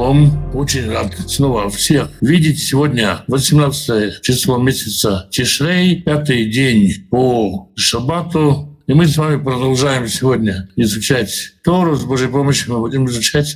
Шалом. Очень рад снова всех видеть. Сегодня 18 число месяца Тишрей, 5-й день по Шаббату. И мы с вами продолжаем сегодня изучать Тору. С Божьей помощью мы будем изучать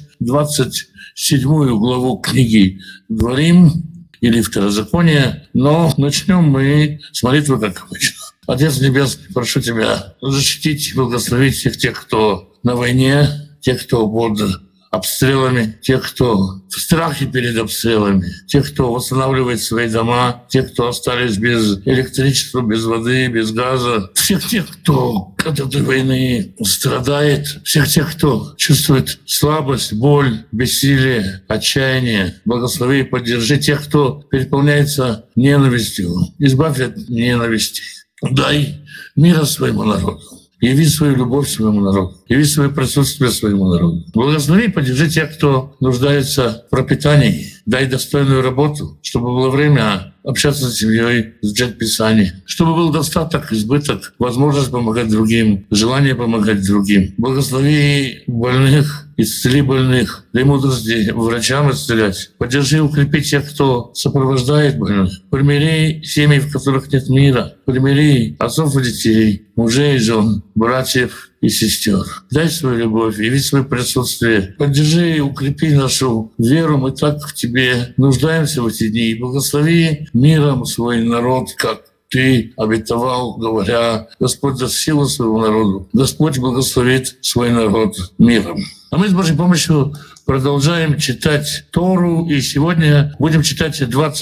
27 главу книги Дворим или Второзаконие. Но начнем мы с молитвы, как обычно. Отец Небесный, прошу Тебя защитить и благословить всех тех, кто на войне, тех, кто под обстрелами, тех, кто в страхе перед обстрелами, тех, кто восстанавливает свои дома, тех, кто остались без электричества, без воды, без газа, всех тех, кто от этой войны страдает, всех тех, кто чувствует слабость, боль, бессилие, отчаяние. Благослови и поддержи тех, кто переполняется ненавистью. Избавь от ненависти. Дай мира своему народу. Яви свою любовь своему народу. Яви свое присутствие своему народу. Благослови и поддержи тех, кто нуждается в пропитании. Дай достойную работу, чтобы было время общаться с семьей, изучать Писание. Чтобы был достаток, избыток, возможность помогать другим, желание помогать другим. Благослови больных, исцели больных, дай мудрости врачам исцелять. Поддержи и укрепи тех, кто сопровождает больных. Примири семьи, в которых нет мира. Примири отцов и детей, мужей и жен, братьев и сестер. Дай свою любовь, яви свое присутствие. Поддержи и укрепи нашу веру. Мы так в Тебе нуждаемся в эти дни. И благослови миром свой народ, как Ты обетовал, говоря: Господь даст силу своему народу. Господь благословит свой народ миром. А мы с Божьей помощью продолжаем читать Тору, и сегодня будем читать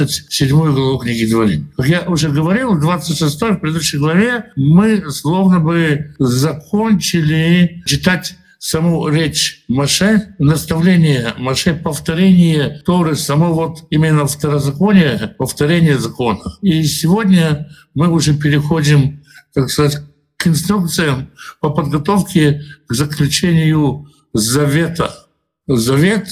27 главу книги Дворим. Как я уже говорил, в 26 в предыдущей главе мы словно бы закончили читать саму речь Моше, наставление Моше, повторение Торы, само вот именно второзаконие, повторение закона. И сегодня мы уже переходим, так сказать, к инструкциям по подготовке к заключению завета. Завет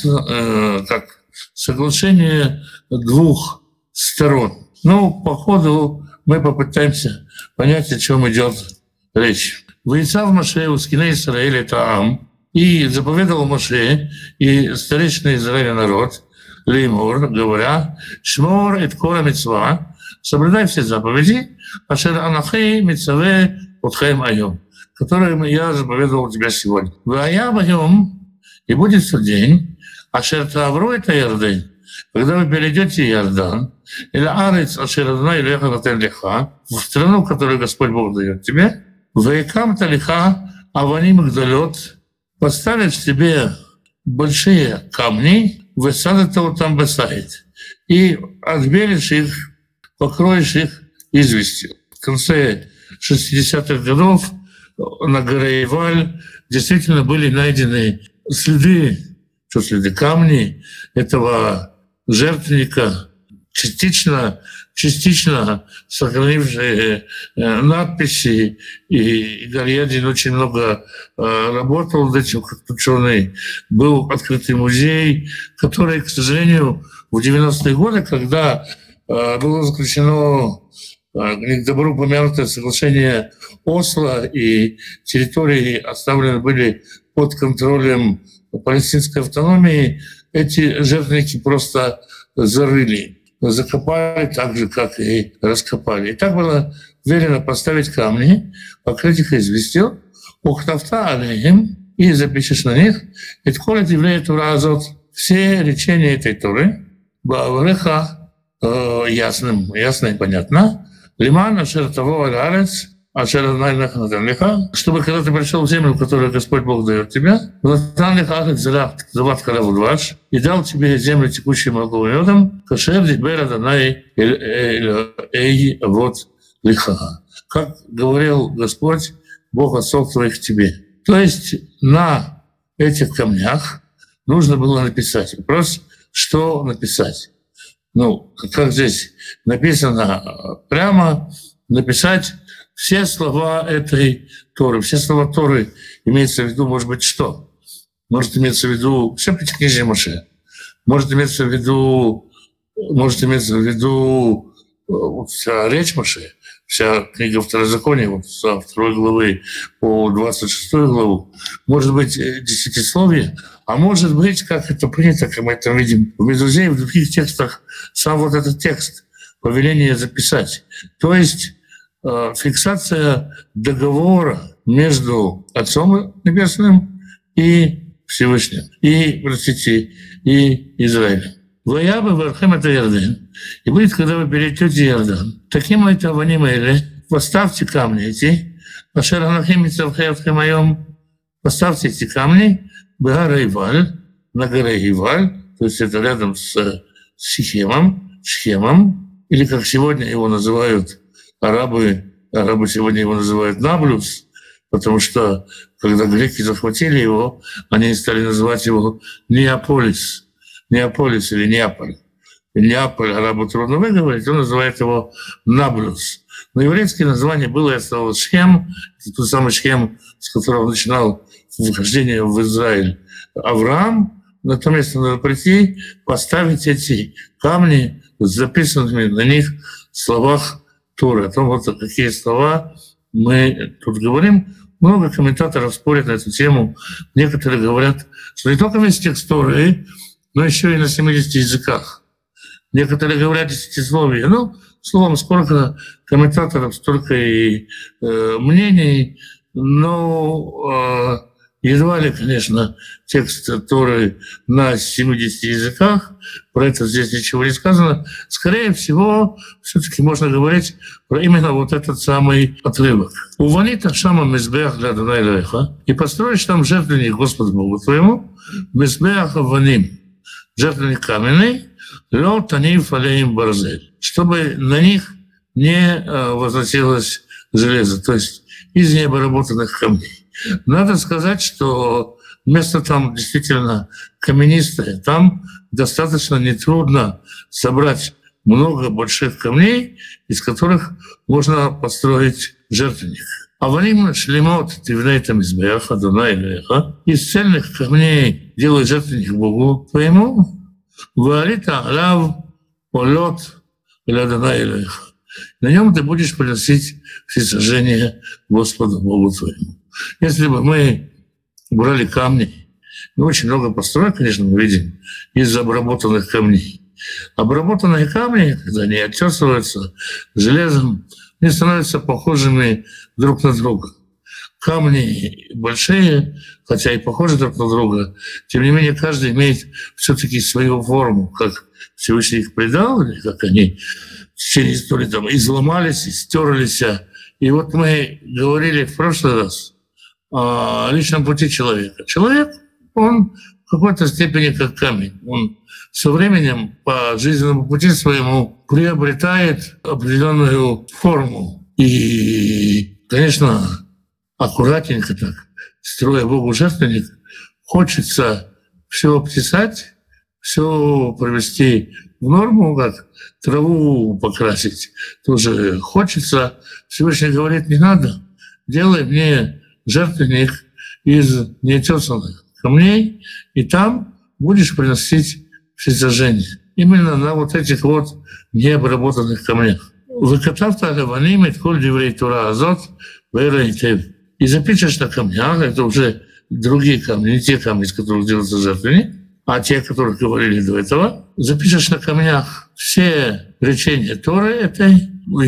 как соглашение двух сторон. Ну, по ходу мы попытаемся понять, о чем идет речь. «Ваицав Моше у скиней Исраэля Таам, и заповедовал Моше и старейшина Израиля народ, леймур, говоря: Шмор эт кола мицва, соблюдай все заповеди, ашер анахей мицаве отхем айом, которые я заповедовал тебя сегодня. Вая айом, и будет в день, ашер таавру это Иорден, когда вы перейдете Иордан, или арец ашер адонай илеха нотен леха, в страну, которую Господь Бог дает тебе, ваикам талиха аваним гдалот, поставишь себе большие камни, высадят его там бесает, и отбелишь их, покроешь их известью. В конце 60-х годов на горе Иваль действительно были найдены следы камней этого жертвенника, частично сохранившие надписи, и Гальядин очень много работал над этим, как ученый. Был открытый музей, который, к сожалению, в 90-е годы, когда было заключено не к добру упомянутое соглашение Осло, и территории оставлены были под контролем палестинской автономии, эти жертвенники просто зарыли, закопали так же, как и раскопали. И так было велено поставить камни, покрыть их известью, ухтафта алейхим, и запишешь на них, и тколет еврея Тура азот, все речения этой Торы, баавреха, ясно и понятно, лиман ашер таво аль-арец, чтобы когда ты пришел в землю, которую Господь Бог дает тебе, и дал тебе землю, текущую молоком и медом, кашер дибер Адонай эй вот лиха, как говорил Господь, Бог отцов твоих тебе. То есть на этих камнях нужно было написать. Вопрос, что написать? Ну, как здесь написано прямо, написать все слова этой Торы. Все слова Торы имеется в виду, может быть, что? Может иметься в виду все пятикнижие Моше. Может иметься в виду вся речь Моше, вся книга Второзакония, вот со 2 главы по 26 главу. Может быть, десятисловие, А может быть, как это принято, как мы это видим в Медузе и в других текстах, сам вот этот текст, повеление записать. То есть фиксация договора между Отцом Небесным и Всевышним, и Израилем. «Ваябы вархем это Иордан». И будет, когда вы перейдете Иордан. Таким это аванимели, поставьте камни эти, ашеранахим мицавхеевхем айом, поставьте эти камни, Бегара Иваль, на горе Иваль, то есть это рядом с Шхемом, или как сегодня его называют арабы сегодня его называют Наблюс, потому что когда греки захватили его, они стали называть его Неаполис или Неаполь. Неаполь арабу трудно выговорить, он называет его Наблюс. Но еврейское название было и осталось Шхем, тот самый Шхем, с которого начинал вхождение в Израиль Авраам. На то место надо прийти, поставить эти камни с записанными на них словах Торы. О том, вот какие слова мы тут говорим. Много комментаторов спорят на эту тему. Некоторые говорят, что не только весь текст Торы, но еще и на 70 языках. Некоторые говорят десятисловие. Ну, словом, сколько комментаторов, столько и мнений. Но едва ли, конечно, текст Торы на 70 языках. Про это здесь ничего не сказано. Скорее всего, все-таки можно говорить про именно вот этот самый отрывок. «Увалита шама мизбеах для Адонай Элохеха, и построишь там жертвенник Господу Богу твоему, мизбеах аваним, жертвенник каменный, ло таниф алеим барзель, чтобы на них не возносилось железо, то есть из необработанных камней». Надо сказать, что место там действительно каменистое. Там достаточно нетрудно собрать много больших камней, из которых можно построить жертвенник. «Аваним шлемот тивнейтам избеях Адонай Элохеха». Из цельных камней делай жертвенник Богу твоему. «Ваалита алав олот эль Адонай Элохеха». На нем ты будешь приносить всесожжение Господу Богу твоему. Если бы мы брали камни, очень много построек, конечно, мы видим, из обработанных камней. Обработанные камни, когда они оттесываются железом, они становятся похожими друг на друга. Камни большие, хотя и похожи друг на друга, тем не менее каждый имеет все-таки свою форму, как Всевышний их придал, или как они в течение истории там изломались, стерлись. И вот мы говорили в прошлый раз о личном пути человека. Человек, он в какой-то степени как камень. Он со временем по жизненному пути своему приобретает определенную форму. И, конечно, аккуратненько так, строя Богу жертвенник, хочется все обтесать, все провести в норму, как траву покрасить. Тоже хочется. Всевышний говорит, не надо, делай мне жертвенник из неотесанных камней, и там будешь приносить всесожжение. Именно на вот этих вот необработанных камнях. «Выкатавта алеваним эт коль диврей Тора азот вэйрэйтев». И запишешь на камнях, это уже другие камни, не те камни, из которых делается жертвенник, а те, о которых говорили до этого, запишешь на камнях все речения Торы этой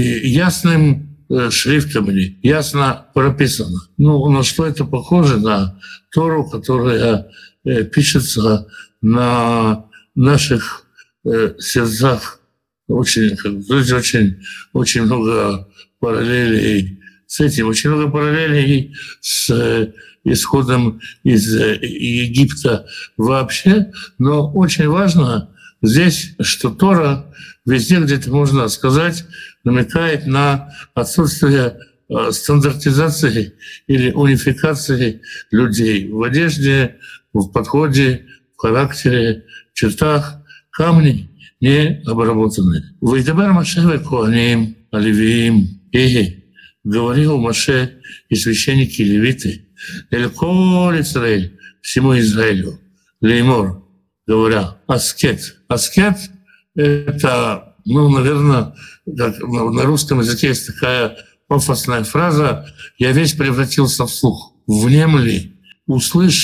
ясным шрифтом или ясно прописано. Ну, на что это похоже? На Тору, которая пишется на наших сердцах. Очень много параллелей с этим, очень много параллелей с исходом из Египта вообще. Но очень важно здесь, что Тора везде, где это можно сказать, намекает на отсутствие стандартизации или унификации людей в одежде, в подходе, в характере, в чертах. Камни не обработаны. «Вайдабер Моше векоаним алевиим». И говорил Моше и священники и левиты, «Эль коль Исраэль», всему Израилю, леймор, говоря, аскет. Аскет — это, наверное, как на русском языке есть такая пафосная фраза: «Я весь превратился в слух». Внемли, услышь,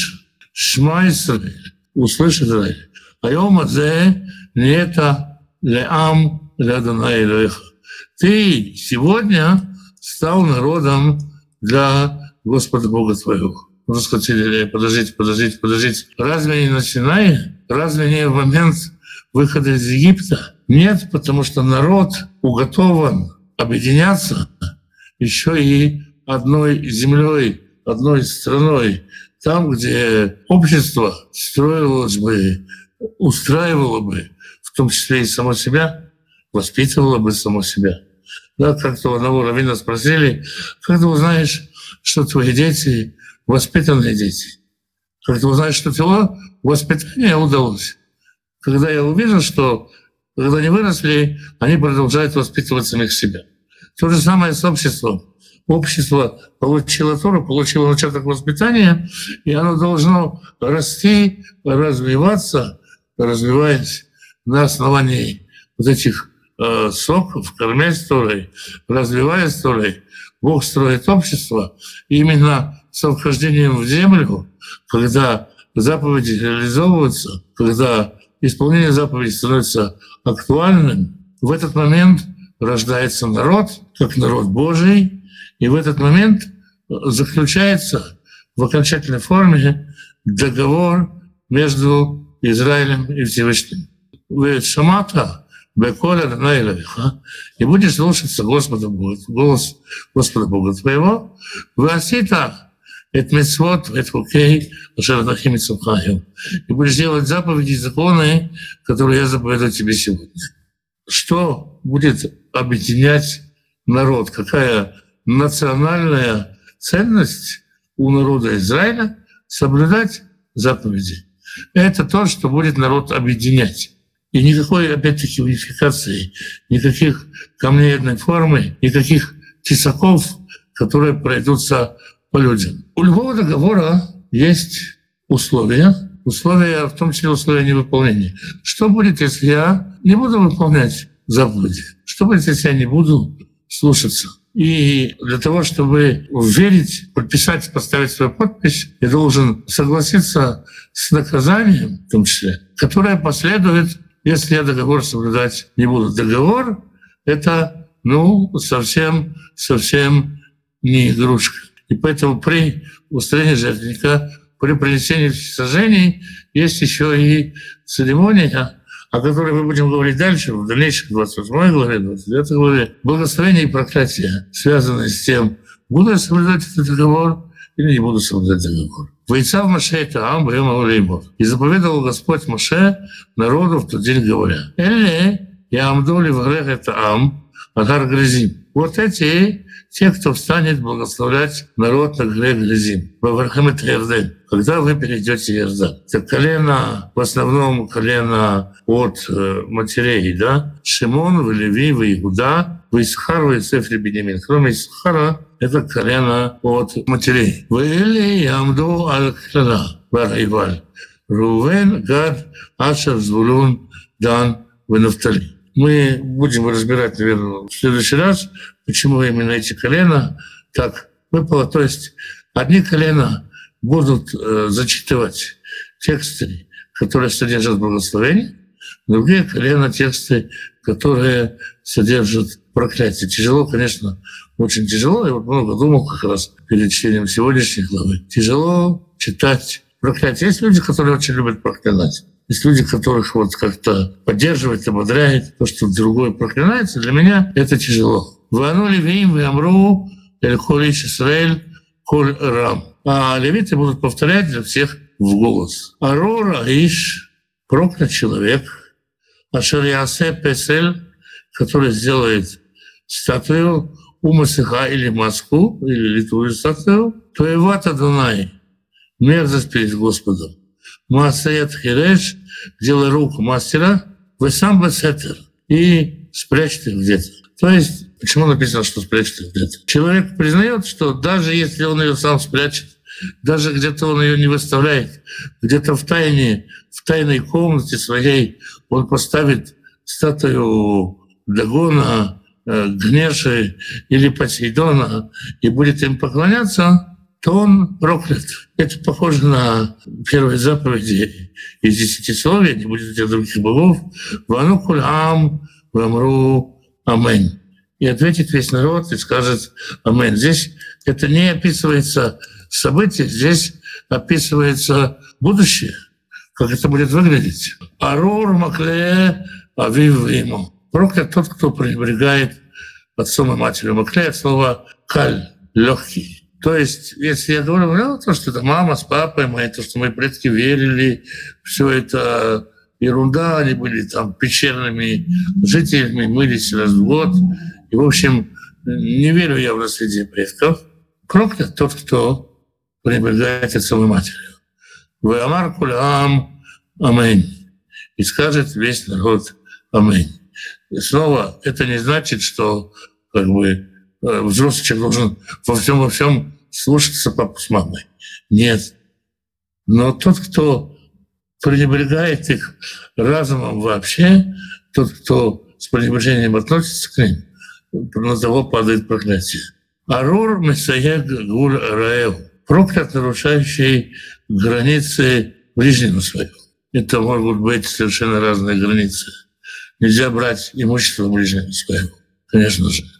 Шма Исраэль, услышь Израиль. Айом азе нета леам лядана Элоэха. Ты сегодня стал народом для Господа Бога твоего. Вы сказали, подождите. Разве не на Синае? Разве не в момент выхода из Египта? Нет, потому что народ уготован объединяться еще и одной землей, одной страной. Там, где общество строилось бы, устраивало бы, в том числе и само себя, воспитывало бы само себя. Да, как-то у одного раввина спросили, как ты узнаешь, что твои дети воспитанные дети? Как ты узнаешь, что твое воспитание удалось? Когда я увижу, что когда они выросли, они продолжают воспитывать самих себя. То же самое с обществом. Общество получило Тору, получило начаток воспитания, и оно должно расти, развиваться, развиваясь на основании вот этих соков, кормясь Торой, развиваясь Торой. Бог строит общество именно с вхождением в землю, когда заповеди реализовываются, когда исполнение заповедей становится актуальным. В этот момент рождается народ, как народ Божий, и в этот момент заключается в окончательной форме договор между Израилем и Всевышним. Вы шамата беколя наилавиха, и будешь слушаться Господа Бога, голос Господа Бога твоего, вы осита это митцвот, это хукей, ашератахим митцвахаю, и будешь делать заповеди и законы, которые я заповедую тебе сегодня. Что будет объединять народ? Какая национальная ценность у народа Израиля соблюдать заповеди? Это то, что будет народ объединять. И никакой, опять-таки, унификации, никаких камней одной формы, никаких тесаков, которые пройдутся по людям. У любого договора есть условия, в том числе условия невыполнения. Что будет, если я не буду выполнять заповеди? Что будет, если я не буду слушаться? И для того, чтобы верить, подписать, поставить свою подпись, я должен согласиться с наказанием, в том числе, которое последует, если я договор соблюдать не буду. Договор — это, совсем не игрушка. И поэтому при устроении жертвенника, при принесении сожжений есть еще и церемония, о которой мы будем говорить дальше, в дальнейшем, 28 главе, 29 главе. Благословение и проклятие, связанные с тем, буду я соблюдать этот договор или не буду соблюдать договор. «Войца в Моше это ам, бьем авлеймов». И заповедовал Господь Моше народу в тот день, говоря: «Эле, я амдоли в грех это ам, агар грязим». Вот эти, те, кто встанет благословлять народ на горе Гризим, Вавархамет Ярден, когда вы перейдете Иордан. Это колено, в основном колено от матерей, да? Шимон, Леви, Иуда, Исхар, Иосиф, Беньямин. Кроме Исхара, это колено от матерей. Вели Ямду Аль-Клана, Бар-Иваль, Рувен, Гад, Ашер, Звулун, Дан, Нафтали. Мы будем разбирать, наверное, в следующий раз, почему именно эти колена так выпало. То есть одни колена будут зачитывать тексты, которые содержат благословение, другие колена тексты, которые содержат проклятие. Тяжело, конечно, очень тяжело. Я вот много думал как раз перед чтением сегодняшней главы. Тяжело читать проклятие. Есть люди, которые очень любят проклинать. Есть люди, которых вот как-то поддерживает, ободряет. То, что другой проклинается, для меня это тяжело. «Вану левиим вамру эль холь Исраэль коль рам». А левиты будут повторять для всех в голос. «Арора иш» — проклят человек, «ашер ясе песель», который сделает статую, умасиха или маску, или литую статую, «тоевата Дунай» — мерзость перед Господом. «Маасаят хиреш» — делай руку мастера, «вы сам бесетер» — и спрячьте где-то. То есть, почему написано, что спрячьте где-то? Человек признает, что даже если он ее сам спрячет, даже где-то он ее не выставляет, где-то в тайной комнате своей он поставит статую Дагона, Гнеши или Посейдона и будет им поклоняться, то он проклят. Это похоже на первые заповеди из десятисловия: не будет у тебя других богов. Вану куль ам вамру аминь. И ответит весь народ и скажет аминь. Здесь это не описывается событие, здесь описывается будущее, как это будет выглядеть. Арур макле авив ему. Проклят тот, кто пренебрегает отцом и матерью. Макле от слова каль, легкий. То есть, если я говорю, то, что это мама с папой мои, то, что мои предки верили, все это ерунда, они были там пещерными жителями, мылись раз в год. И, в общем, не верю я в наследие предков. Проклят тот, кто пренебрегает отцом и матерью. Веамар куль ам аминь. И скажет весь народ аминь. И снова, это не значит, что как бы взрослый человек должен во всем слушаться папу с мамой. Нет. Но тот, кто пренебрегает их разумом вообще, тот, кто с пренебрежением относится к ним, на того падает проклятие. Арур месаег гуль раев. Проклят, нарушающий границы ближнего своего. Это могут быть совершенно разные границы. Нельзя брать имущество ближнего своего, конечно же.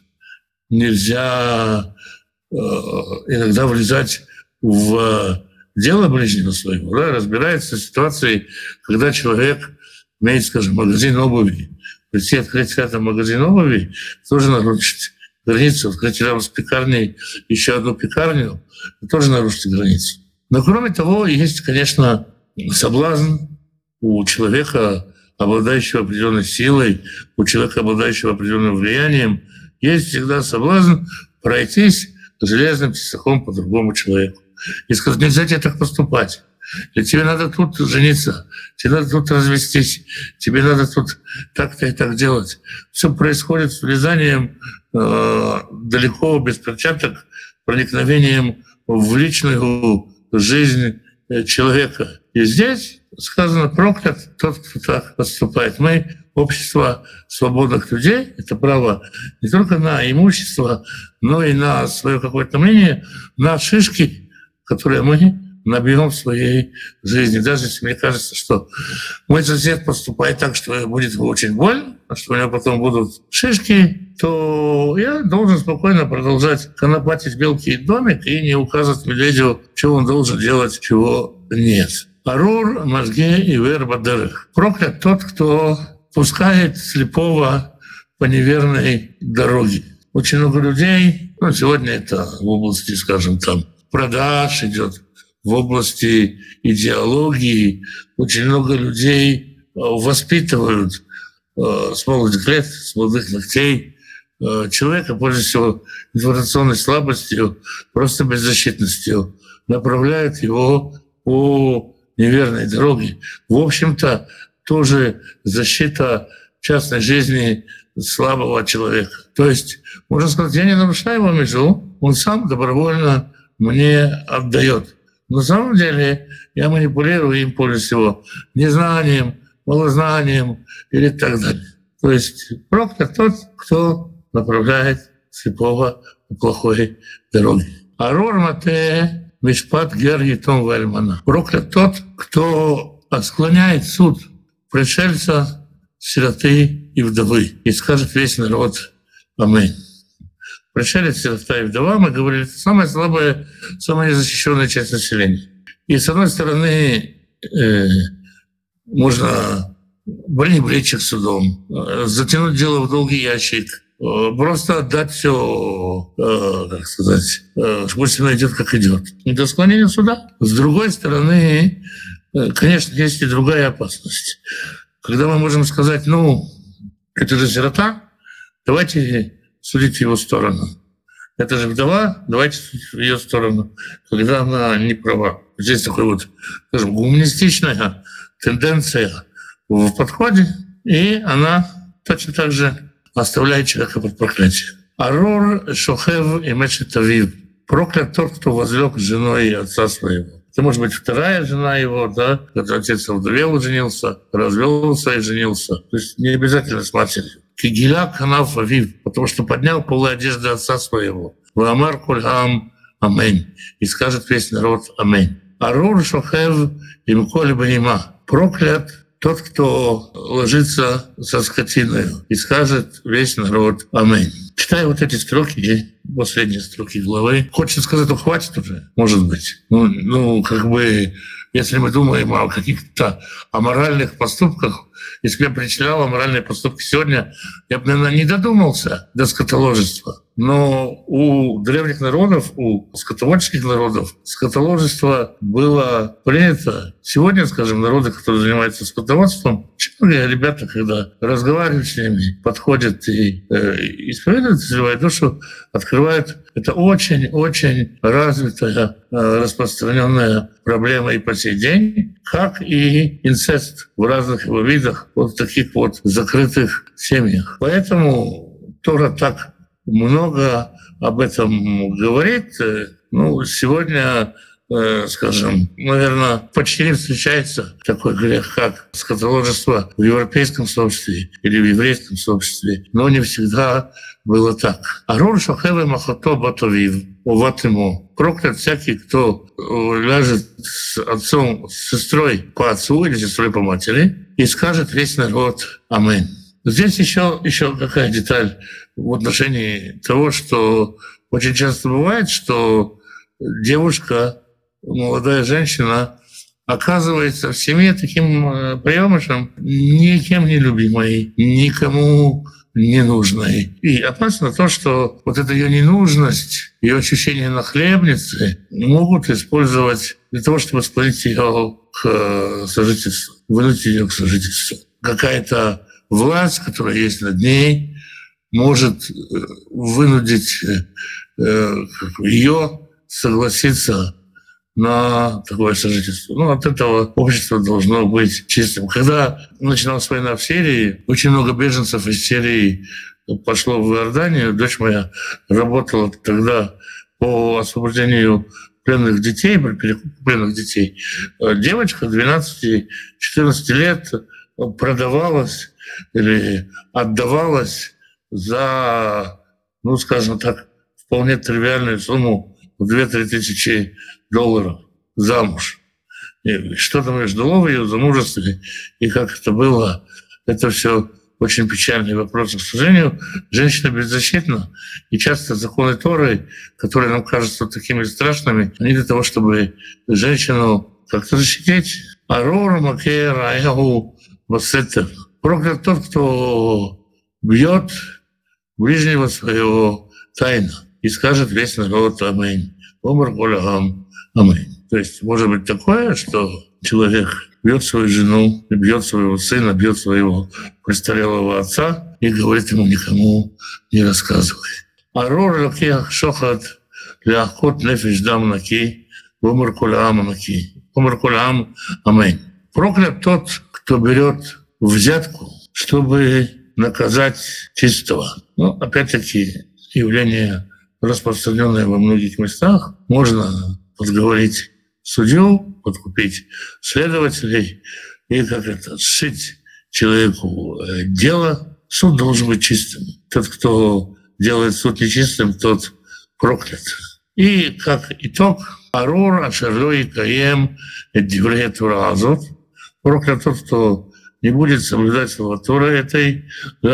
Нельзя иногда влезать в дело ближнего своего, да, разбирается с ситуацией, когда человек имеет, скажем, магазин обуви. Прийти открыть рядом магазин обуви, тоже нарушить границу. Открыть рядом с пекарней еще одну пекарню, тоже нарушить границу. Но кроме того, есть, конечно, соблазн у человека, обладающего определенной силой, у человека, обладающего определенным влиянием, есть всегда соблазн пройтись железным тесаком по другому человеку и сказать: нельзя тебе так поступать. Или тебе надо тут жениться, тебе надо тут развестись, тебе надо тут так-то и так делать. Все происходит с влезанием далеко, без перчаток, проникновением в личную жизнь человека. И здесь сказано: проклят тот, кто так поступает. Мы общество свободных людей, это право не только на имущество, но и на свое какое-то мнение, на шишки, которые мы набьем в своей жизни. Даже если мне кажется, что мой сосед поступает так, что будет очень больно, что у него потом будут шишки, то я должен спокойно продолжать конопатить белки и домик и не указывать медведю, что он должен делать, чего нет. Арур, мозге и вербадерых. Проклят тот, кто пускает слепого по неверной дороге. Очень много людей, сегодня это в области, скажем, там продаж идет, в области идеологии. Очень много людей воспитывают с молодых лет, с молодых ногтей человека, прежде всего, информационной слабостью, просто беззащитностью, направляют его по неверной дороге. В общем-то, тоже защита частной жизни слабого человека. То есть, можно сказать, я не нарушаю его межу, он сам добровольно мне отдает. На самом деле я манипулирую им, пользуясь его незнанием, малознанием или так далее. То есть проклят тот, кто направляет слепого по плохой дороге. Арур мате мишпат гер етом вальмана. Проклят тот, кто отсклоняет суд пришельца, сироты и вдовы. И скажет весь народ аминь. Пришелец, сирота и вдова, мы говорили, это самая слабая, самая незащищенная часть населения. И с одной стороны, можно пренебречь их судом, затянуть дело в долгий ящик, просто отдать все, как сказать, пусть оно идет, как идет. Не до склонения суда. С другой стороны, конечно, есть и другая опасность. Когда мы можем сказать: это же сирота, давайте судить в его сторону. Это же вдова, давайте судить в ее сторону, когда она не права. Здесь такой вот, скажем, гуманистичная тенденция в подходе, и она точно так же оставляет человека под проклятием. Арур шохев и мечет авив. Проклят тот, кто возлег с женой отца своего. Это может быть вторая жена его, да, когда отец овдовел и женился, развелся и женился. То есть не обязательно с матерью. Кигиля канав авив, потому что поднял полы одежды отца своего. Ваамар куль ам аминь. И скажет весь народ аминь. Арур шохев им коли банима. Проклят тот, кто ложится со скотиной, и скажет весь народ аминь. Читая вот эти строки, последние строки главы, хочется сказать, ну хватит уже, может быть. Если мы думаем о каких-то аморальных поступках, если бы я перечислял аморальные поступки сегодня, я бы, наверное, не додумался до скотоложества. Но у древних народов, у скотоводческих народов скотоложество было принято. Сегодня, скажем, народы, которые занимаются скотоводством, многие ребята, когда разговаривают с ними, подходят и исповедуют, изливают душу, открывают. Это очень-очень развитая, распространенная проблема и по сей день, как и инцест в разных его видах, вот в таких вот закрытых семьях. Поэтому Тора так много об этом говорит. Сегодня, скажем, наверное, почти не встречается такой грех, как скотоложество в европейском сообществе или в еврейском сообществе, но не всегда было так. Арур шохеве махото батовив, уват ему. Проклят всякий, кто ляжет с отцом, с сестрой по отцу или сестрой по матери, и скажет весь народ аминь. Здесь еще какая деталь в отношении того, что очень часто бывает, что девушка, молодая женщина, оказывается в семье таким приемышем, никем не любимой, никому не нужной. И относится на то, что вот эта ее ненужность, ее ощущение нахлебницы могут использовать для того, чтобы склонить ее к сожительству, вынудить ее к сожительству. Какая-то власть, которая есть над ней, может вынудить ее согласиться на такое сожительство. От этого общество должно быть чистым. Когда начиналась война в Сирии, очень много беженцев из Сирии пошло в Иорданию. Дочь моя работала тогда по освобождению пленных детей, по перекупу пленных детей. Девочка 12-14 лет продавалась или отдавалась за, скажем так, вполне тривиальную сумму в 2-3 тысячи долларов замуж. И что-то между ее замужестве и как это было, это все очень печальный вопрос. К сожалению, женщина беззащитна, и часто законы Торы, которые нам кажутся такими страшными, они для того, чтобы женщину как-то защитить. Арор макер айгу васетер. Проклят тот, кто бьет ближнего своего тайно, и скажет весь народ аминь. Омар колям аминь. То есть может быть такое, что человек бьет свою жену, бьет своего сына, бьет своего престарелого отца и говорит ему никому не рассказывай. Арор лакех шохат ляхот нефиш дам наки, омар колям наки. Омар колям аминь. Проклят тот, кто берет взятку, чтобы наказать чистого. Опять-таки, явление, распространенное во многих местах. Можно подговорить судью, подкупить следователей и сшить человеку дело. Суд должен быть чистым. Тот, кто делает суд нечистым, тот проклят. И как итог, арур ашерлой каем эдиврей тура азот. Проклят тот, кто не будет соблюдать слова Торы этой,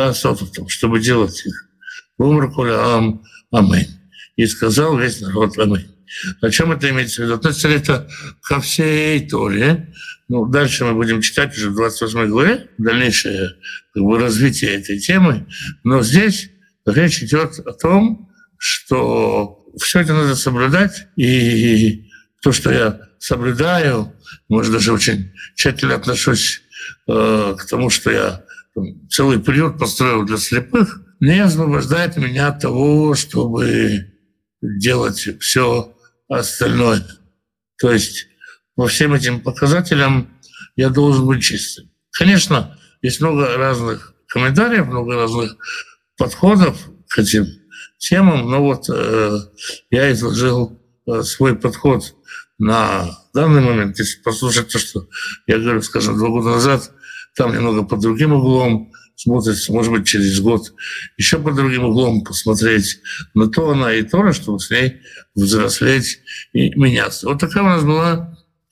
чтобы делать их. Умр колям аминь. И сказал весь народ аминь. О чем это имеется в виду? Относится ли это ко всей Торе? Дальше мы будем читать уже в 28 главе дальнейшее развитие этой темы. Но здесь речь идет о том, что все это надо соблюдать. И то, что я соблюдаю, может, даже очень тщательно отношусь к тому, что я целый приют построил для слепых, не освобождает меня от того, чтобы делать все остальное. То есть по всем этим показателям я должен быть чистым. Конечно, есть много разных комментариев, много разных подходов к этим темам, но я изложил свой подход на данный момент. Если послушать то, что я говорю, скажем, 2 года назад, там немного под другим углом смотрится, может быть, через год еще под другим углом посмотреть. Но то она и Тора, чтобы с ней взрослеть и меняться. Вот такая у нас была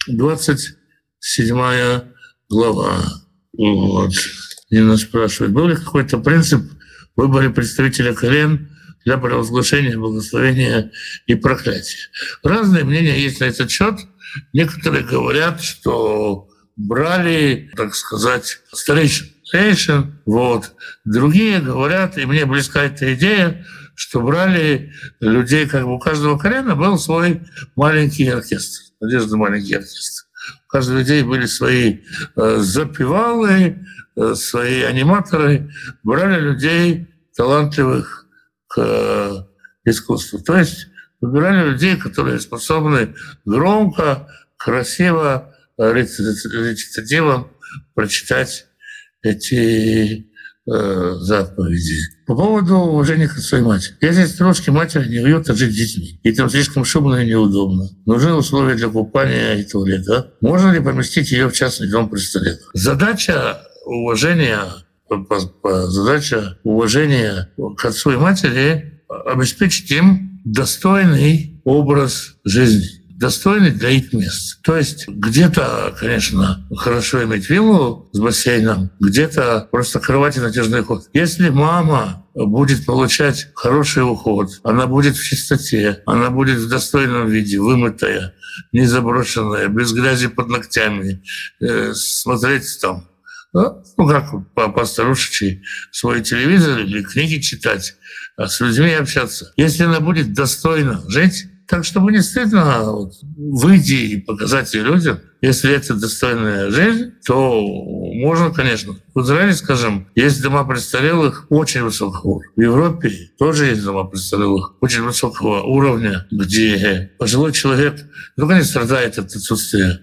27 глава. Вот. И нас спрашивают, был ли какой-то принцип в выборе представителя колен для провозглашения благословения и проклятия. Разные мнения есть на этот счет. Некоторые говорят, что брали, так сказать, старейшин, вот. Другие говорят, и мне близка эта идея, что брали людей, как бы у каждого колена был свой маленький оркестр, надежда маленький оркестр. У каждого людей были свои запевалы, свои аниматоры, брали людей талантливых к искусству. То есть выбирали людей, которые способны громко, красиво, речитативом прочитать эти заповеди. По поводу уважения к отцу и матери. Если стружки матери не уютно жить с детьми, и там слишком шумно и неудобно, нужны условия для купания и туалета, можно ли поместить ее в частный дом престарелых? Задача уважения к отцу и матери обеспечить им достойный образ жизни, достойный для их мест. То есть где-то, конечно, хорошо иметь виллу с бассейном, где-то просто кровать и натяжной ход. Если мама будет получать хороший уход, она будет в чистоте, она будет в достойном виде, вымытая, не заброшенная, без грязи под ногтями, смотреть там, как по-старушечьи, свой телевизор или книги читать, с людьми общаться. Если она будет достойно жить, так, чтобы не стыдно выйти и показать ее людям, если это достойная жизнь, то можно, конечно. В Израиле, скажем, есть дома престарелых очень высокого уровня. В Европе тоже есть дома престарелых очень высокого уровня, где пожилой человек, не страдает от отсутствия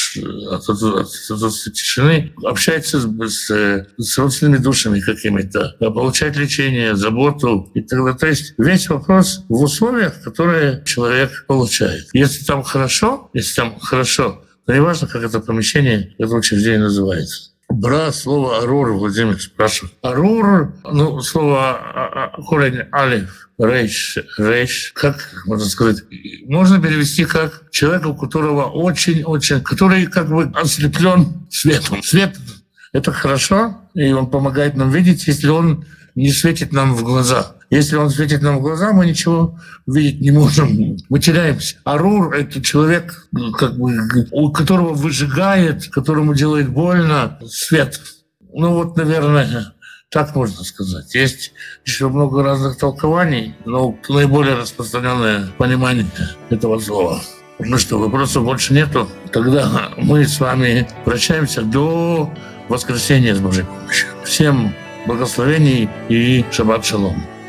тишины, общается с родственными душами какими-то, получает лечение, заботу и так далее. То есть весь вопрос в условиях, которые человек получает. Если там хорошо, то не важно, как это помещение, это учреждение называется. Слово «арур», Владимир спрашивает. «Арур», слово корень «алиф», «рейш», как можно сказать? Можно перевести как человека, у которого который как бы ослеплен светом. Свет — это хорошо, и он помогает нам видеть, если он не светит нам в глаза. Если он светит нам в глаза, мы ничего видеть не можем, мы теряемся. Арур — это человек, как бы, у которого выжигает, которому делает больно свет. Наверное, так можно сказать. Есть еще много разных толкований, но наиболее распространенное понимание этого слова. Вопросов больше нету. Тогда мы с вами прощаемся до воскресенья с Божьей помощью. Всем благословений и шаббат шалом.